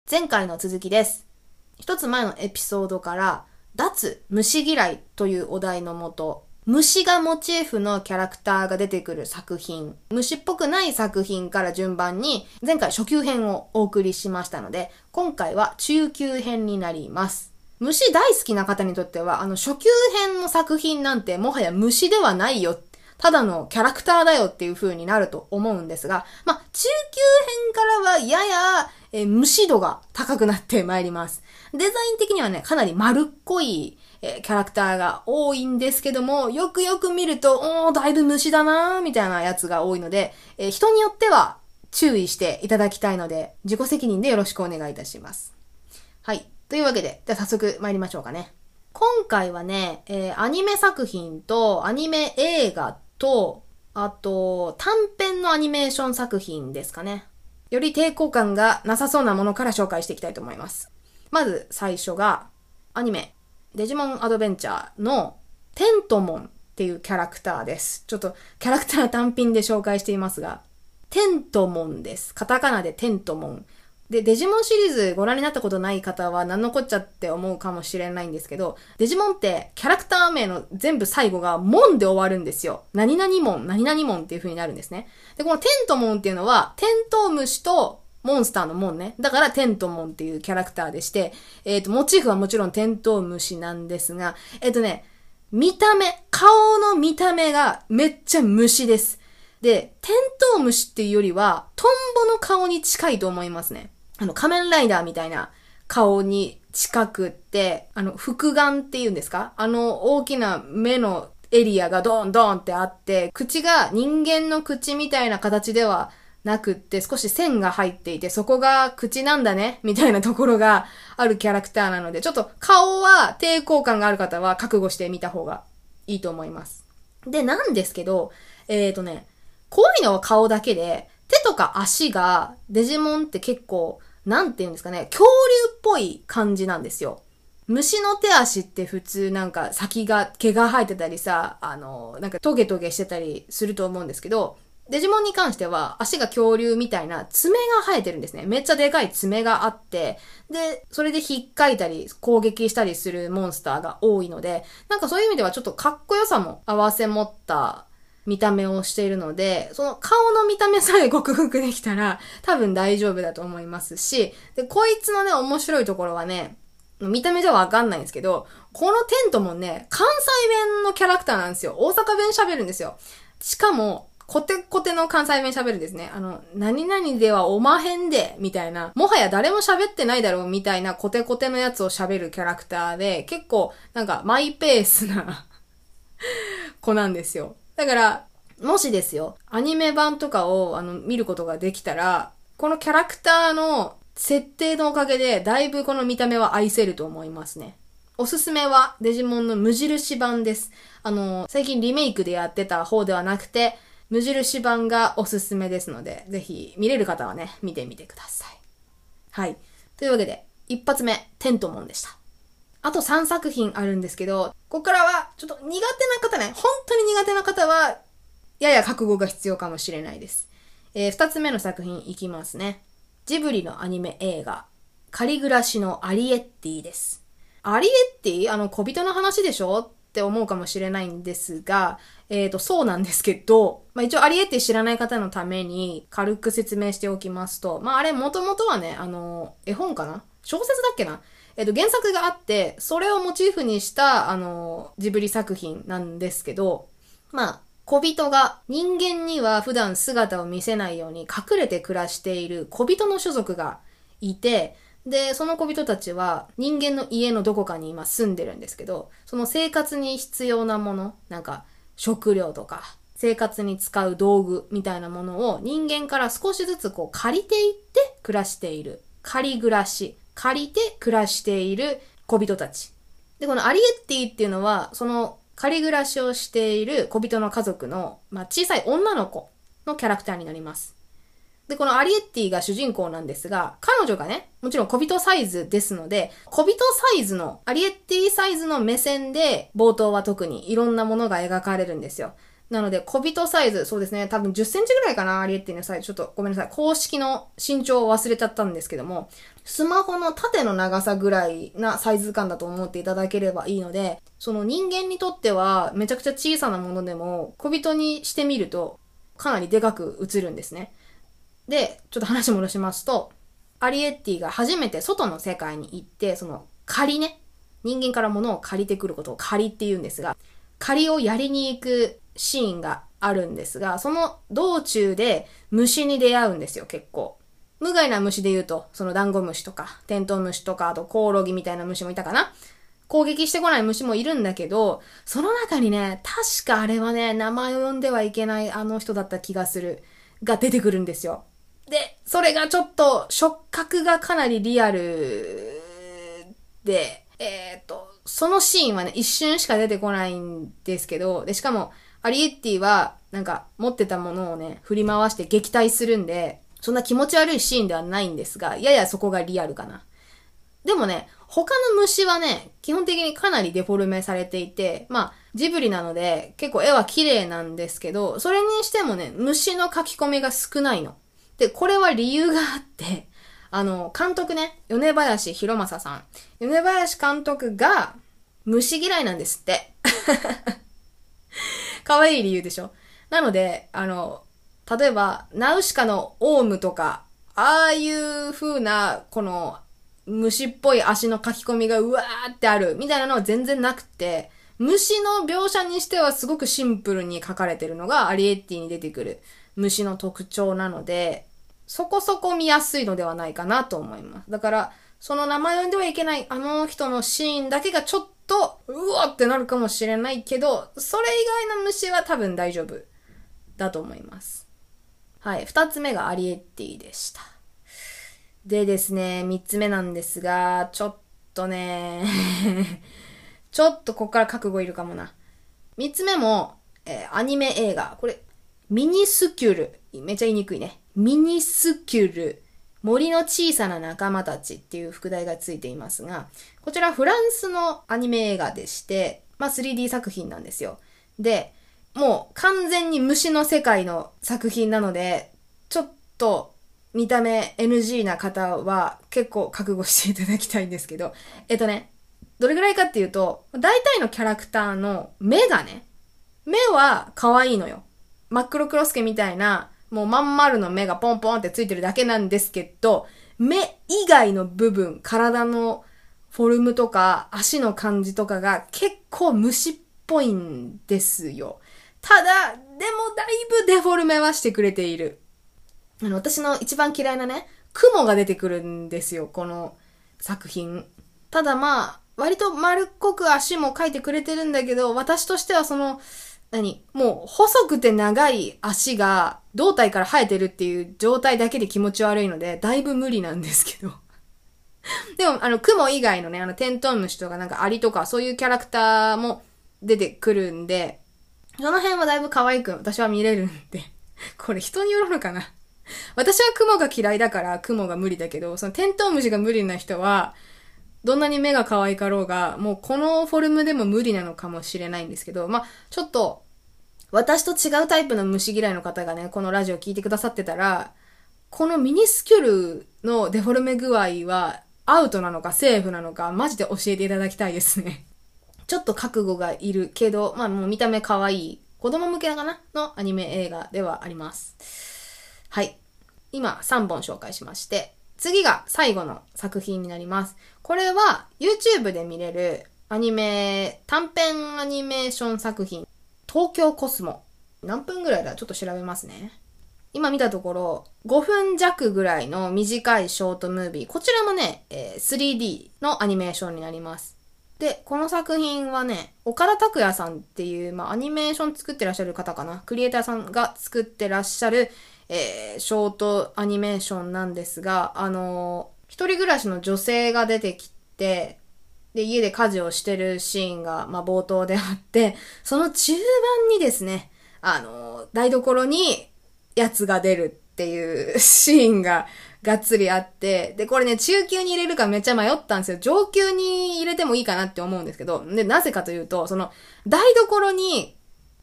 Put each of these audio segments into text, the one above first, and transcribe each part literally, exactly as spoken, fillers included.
前回の続きです。一つ前のエピソードから、脱虫嫌いというお題のもと、虫がモチーフのキャラクターが出てくる作品、虫っぽくない作品から順番に、前回初級編をお送りしましたので、今回は中級編になります。虫大好きな方にとっては、あの初級編の作品なんてもはや虫ではないよ。ただのキャラクターだよっていう風になると思うんですが、まあ、中級編からはやや、えー、虫度が高くなってまいります。デザイン的にはね、かなり丸っこい、えー、キャラクターが多いんですけども、よくよく見ると、おー、だいぶ虫だなーみたいなやつが多いので、えー、人によっては注意していただきたいので、自己責任でよろしくお願いいたします。はい。というわけで、じゃあ早速参りましょうかね。今回はね、えー、アニメ作品とアニメ映画と、あと、短編のアニメーション作品ですかね。より抵抗感がなさそうなものから紹介していきたいと思います。まず最初が、アニメ、デジモンアドベンチャーのテントモンっていうキャラクターです。ちょっとキャラクター単品で紹介していますが、テントモンです。カタカナでテントモン。で、デジモンシリーズご覧になったことない方は何のこっちゃって思うかもしれないんですけど、デジモンってキャラクター名の全部最後がモンで終わるんですよ。何々モン、何々モンっていう風になるんですね。で、このテントモンっていうのは、テントウムシとモンスターのモンね。だからテントモンっていうキャラクターでして、えっと、モチーフはもちろんテントウムシなんですが、えっとね、見た目、顔の見た目がめっちゃ虫です。で、テントウムシっていうよりは、トンボの顔に近いと思いますね。あの、仮面ライダーみたいな顔に近くって、あの、複眼っていうんですか？あの、大きな目のエリアがドーンドーンってあって、口が人間の口みたいな形ではなくって、少し線が入っていて、そこが口なんだねみたいなところがあるキャラクターなので、ちょっと顔は抵抗感がある方は覚悟してみた方がいいと思います。で、なんですけど、えーとね、怖いのは顔だけで、手とか足がデジモンって結構、なんて言うんですかね、恐竜っぽい感じなんですよ。虫の手足って普通なんか先が毛が生えてたりさ、あの、なんかトゲトゲしてたりすると思うんですけど、デジモンに関しては足が恐竜みたいな爪が生えてるんですね。めっちゃでかい爪があって、で、それで引っかいたり攻撃したりするモンスターが多いので、なんかそういう意味ではちょっとかっこよさも合わせ持った見た目をしているので、その顔の見た目さえ克服できたら多分大丈夫だと思いますし、で、こいつのね、面白いところはね、見た目じゃわかんないんですけど、このテントもね、関西弁のキャラクターなんですよ。大阪弁喋るんですよ。しかも、コテコテの関西弁喋るんですね。あの、何々ではおまへんで、みたいな、もはや誰も喋ってないだろうみたいなコテコテのやつを喋るキャラクターで、結構、なんかマイペースな子なんですよ。だから、もしですよ、アニメ版とかをあの見ることができたら、このキャラクターの設定のおかげで、だいぶこの見た目は愛せると思いますね。おすすめはデジモンの無印版です。あの、最近リメイクでやってた方ではなくて、無印版がおすすめですので、ぜひ見れる方はね、見てみてください。はい。というわけで、一発目、テントモンでした。あとさんさく品あるんですけど、ここからはちょっと苦手な方ね、本当に苦手な方は、やや覚悟が必要かもしれないです。えー、二つ目の作品いきますね。ジブリのアニメ映画、仮暮らしのアリエッティです。アリエッティ？あの小人の話でしょって思うかもしれないんですが、えーと、そうなんですけど、まあ一応アリエッティ知らない方のために軽く説明しておきますと、まああれもともとはね、あの、絵本かな？小説だっけな？えっと、原作があって、それをモチーフにした、あの、ジブリ作品なんですけど、まあ、小人が人間には普段姿を見せないように隠れて暮らしている小人の種族がいて、で、その小人たちは人間の家のどこかに今住んでるんですけど、その生活に必要なもの、なんか食料とか生活に使う道具みたいなものを人間から少しずつこう借りていって暮らしている。借り暮らし。借りて暮らしている小人たち。で、このアリエッティっていうのは、その仮暮らしをしている小人の家族の、まあ、小さい女の子のキャラクターになります。で、このアリエッティが主人公なんですが、彼女がね、もちろん小人サイズですので、小人サイズの、アリエッティサイズの目線で、冒頭は特にいろんなものが描かれるんですよ。 なので、小人サイズ、そうですね、多分じゅっセンチぐらいかな、アリエッティのサイズ。ちょっとごめんなさい。公式の身長を忘れちゃったんですけども、スマホの縦の長さぐらいなサイズ感だと思っていただければいいので、その人間にとってはめちゃくちゃ小さなものでも、小人にしてみると、かなりでかく映るんですね。で、ちょっと話戻しますと、アリエッティが初めて外の世界に行って、その借りね、人間から物を借りてくることを借りって言うんですが、借りをやりに行くシーンがあるんですが、その道中で虫に出会うんですよ、結構。無害な虫で言うと、そのダンゴムシとか、テントウムシとか、あとコオロギみたいな虫もいたかな。攻撃してこない虫もいるんだけど、その中にね、確かあれはね、名前を呼んではいけないあの人だった気がする、が出てくるんですよ。で、それがちょっと触覚がかなりリアルで、えっと、そのシーンはね、一瞬しか出てこないんですけど、で、しかも、アリエッティは、なんか、持ってたものをね、振り回して撃退するんで、そんな気持ち悪いシーンではないんですが、ややそこがリアルかな。でもね、他の虫はね、基本的にかなりデフォルメされていて、まあ、ジブリなので、結構絵は綺麗なんですけど、それにしてもね、虫の書き込みが少ないの。で、これは理由があって、あの、監督ね、米林博正さん。米林監督が虫嫌いなんですって。可愛い理由でしょ。なので、あの、例えば、ナウシカのオウムとか、ああいう風な、この、虫っぽい足の書き込みがうわーってある、みたいなのは全然なくて、虫の描写にしてはすごくシンプルに書かれてるのがアリエッティに出てくる虫の特徴なので、そこそこ見やすいのではないかなと思います。だから、その名前を呼んではいけないあの人のシーンだけがちょっと、うわってなるかもしれないけど、それ以外の虫は多分大丈夫だと思います。はい。二つ目がアリエッティでした。でですね、三つ目なんですが、ちょっとね、ちょっとここから覚悟いるかもな。三つ目も、えー、アニメ映画。これ、ミニスキュル。めっちゃ言いにくいね。ミニスキュル。森の小さな仲間たちっていう副題がついていますが、こちらフランスのアニメ映画でして、まあ スリーディー 作品なんですよ。で、もう完全に虫の世界の作品なので、ちょっと見た目 エヌジー な方は結構覚悟していただきたいんですけど、えっとね、どれぐらいかっていうと、大体のキャラクターの目がね、目は可愛いのよ。真っ黒クロスケみたいな、もうまん丸の目がポンポンってついてるだけなんですけど、目以外の部分、体のフォルムとか足の感じとかが結構虫っぽいんですよ。ただ、でもだいぶデフォルメはしてくれている。あの、私の一番嫌いなね、雲が出てくるんですよ、この作品。ただまあ、割と丸っこく足も描いてくれてるんだけど、私としてはその、何もう細くて長い足が胴体から生えてるっていう状態だけで気持ち悪いので、だいぶ無理なんですけど。でも、あの、雲以外のね、あの、テントウムシとかなんかアリとかそういうキャラクターも出てくるんで、その辺はだいぶ可愛く私は見れるんで。これ人によるのかな。私は雲が嫌いだから雲が無理だけど、そのテントウムシが無理な人は、どんなに目が可愛かろうが、もうこのフォルムでも無理なのかもしれないんですけど、まあ、ちょっと、私と違うタイプの虫嫌いの方がね、このラジオ聞いてくださってたら、このミニスキュルのデフォルメ具合は、アウトなのかセーフなのか、マジで教えていただきたいですね。ちょっと覚悟がいるけど、まあもう見た目可愛い、子供向けかなのアニメ映画ではあります。はい。今さんぼん紹介しまして、次が最後の作品になります。これは YouTube で見れるアニメ、短編アニメーション作品、東京コスモ。何分ぐらいだちょっと調べますね。今見たところ、ごふん弱ぐらいの短いショートムービー。こちらもね、えー、スリーディー のアニメーションになります。で、この作品はね、岡田拓也さんっていう、まあ、アニメーション作ってらっしゃる方かな。クリエイターさんが作ってらっしゃる、えー、ショートアニメーションなんですが、あのー、一人暮らしの女性が出てきて、で、家で家事をしてるシーンが、まあ、冒頭であって、その中盤にですね、あのー、台所にやつが出るっていうシーンががっつりあって、で、これね、中級に入れるかめっちゃ迷ったんですよ。上級に入れてもいいかなって思うんですけど、で、なぜかというと、その、台所に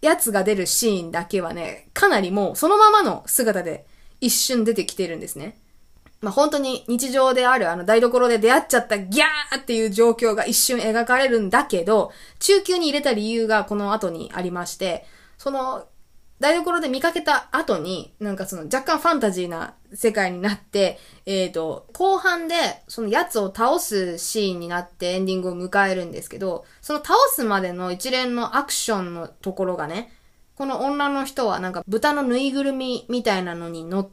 やつが出るシーンだけはね、かなりもうそのままの姿で一瞬出てきてるんですね。まあ、本当に日常であるあの台所で出会っちゃったギャーっていう状況が一瞬描かれるんだけど、中級に入れた理由がこの後にありまして、その台所で見かけた後に、なんかその若干ファンタジーな世界になって、えっと、後半でそのやつを倒すシーンになってエンディングを迎えるんですけど、その倒すまでの一連のアクションのところがね、この女の人はなんか豚のぬいぐるみみたいなのに乗って、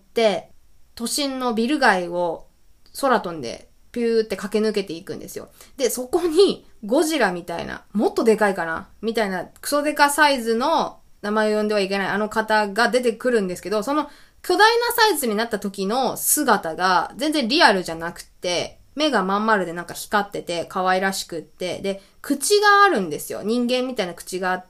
都心のビル街を空飛んでピューって駆け抜けていくんですよ。で、そこにゴジラみたいな、もっとでかいかなみたいなクソデカサイズの名前を呼んではいけないあの方が出てくるんですけど、その巨大なサイズになった時の姿が全然リアルじゃなくて、目がまん丸でなんか光ってて可愛らしくって、で、口があるんですよ。人間みたいな口があって、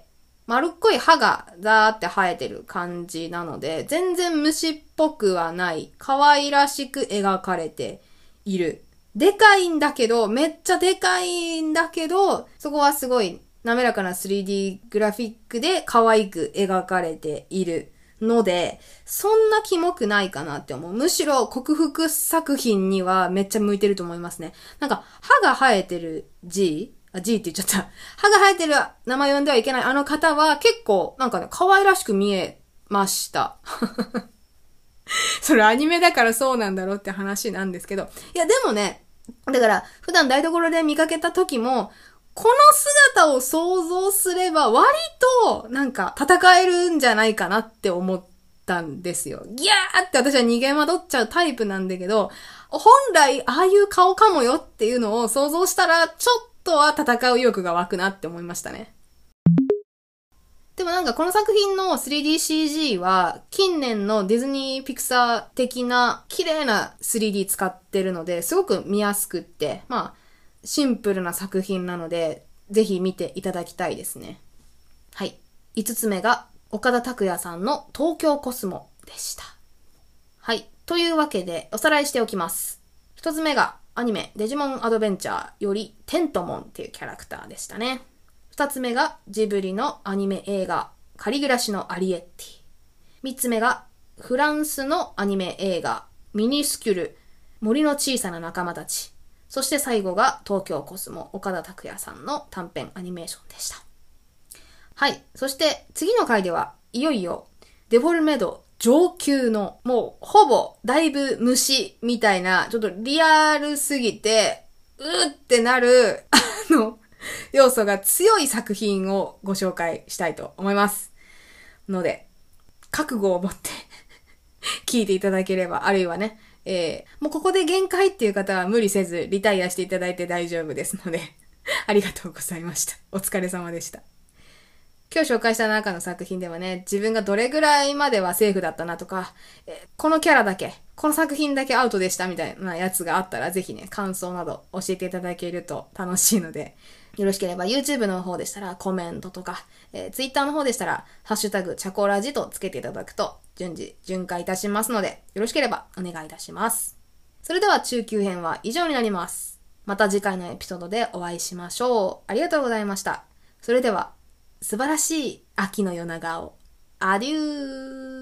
丸っこい歯がザーって生えてる感じなので、全然虫っぽくはない、可愛らしく描かれている。でかいんだけど、めっちゃでかいんだけど、そこはすごい滑らかな スリーディー グラフィックで可愛く描かれているので、そんなキモくないかなって思う。むしろ克服作品にはめっちゃ向いてると思いますね。なんか歯が生えてる G？あ、G って言っちゃった。歯が生えてる名前呼んではいけないあの方は結構なんかね、可愛らしく見えました。それアニメだからそうなんだろうって話なんですけど。いやでもね、だから普段台所で見かけた時も、この姿を想像すれば割となんか戦えるんじゃないかなって思ったんですよ。ギャーって私は逃げ惑っちゃうタイプなんだけど、本来ああいう顔かもよっていうのを想像したらちょっととは戦う意欲が湧くなって思いましたね。でもなんかこの作品の スリーディーシージー は近年のディズニーピクサー的な綺麗な スリーディー 使ってるのですごく見やすくって、まあシンプルな作品なのでぜひ見ていただきたいですね。はい。いつつめが岡田拓也さんの東京コスモでした。はい。というわけでおさらいしておきます。ひとつめがアニメデジモンアドベンチャーよりテントモンっていうキャラクターでしたね。二つ目がジブリのアニメ映画仮暮らしのアリエッティ。三つ目がフランスのアニメ映画ミニスキュル森の小さな仲間たち。そして最後が東京コスモ岡田拓也さんの短編アニメーションでした。はい。そして次の回ではいよいよデフォルメ度上級の、もう、ほぼ、だいぶ虫みたいな、ちょっとリアルすぎて、うーってなる、あの、要素が強い作品をご紹介したいと思います。ので、覚悟を持って聞いていただければ、あるいはね、えー、もうここで限界っていう方は無理せず、リタイアしていただいて大丈夫ですので、ありがとうございました。お疲れ様でした。今日紹介した中の作品ではね、自分がどれぐらいまではセーフだったなとか、えこのキャラだけ、この作品だけアウトでしたみたいなやつがあったら、ぜひね、感想など教えていただけると楽しいので、よろしければ YouTube の方でしたらコメントとか、えー、Twitter の方でしたら、ハッシュタグチャコラジとつけていただくと、順次巡回いたしますので、よろしければお願いいたします。それでは中級編は以上になります。また次回のエピソードでお会いしましょう。ありがとうございました。それでは、素晴らしい秋の夜長を。アデュー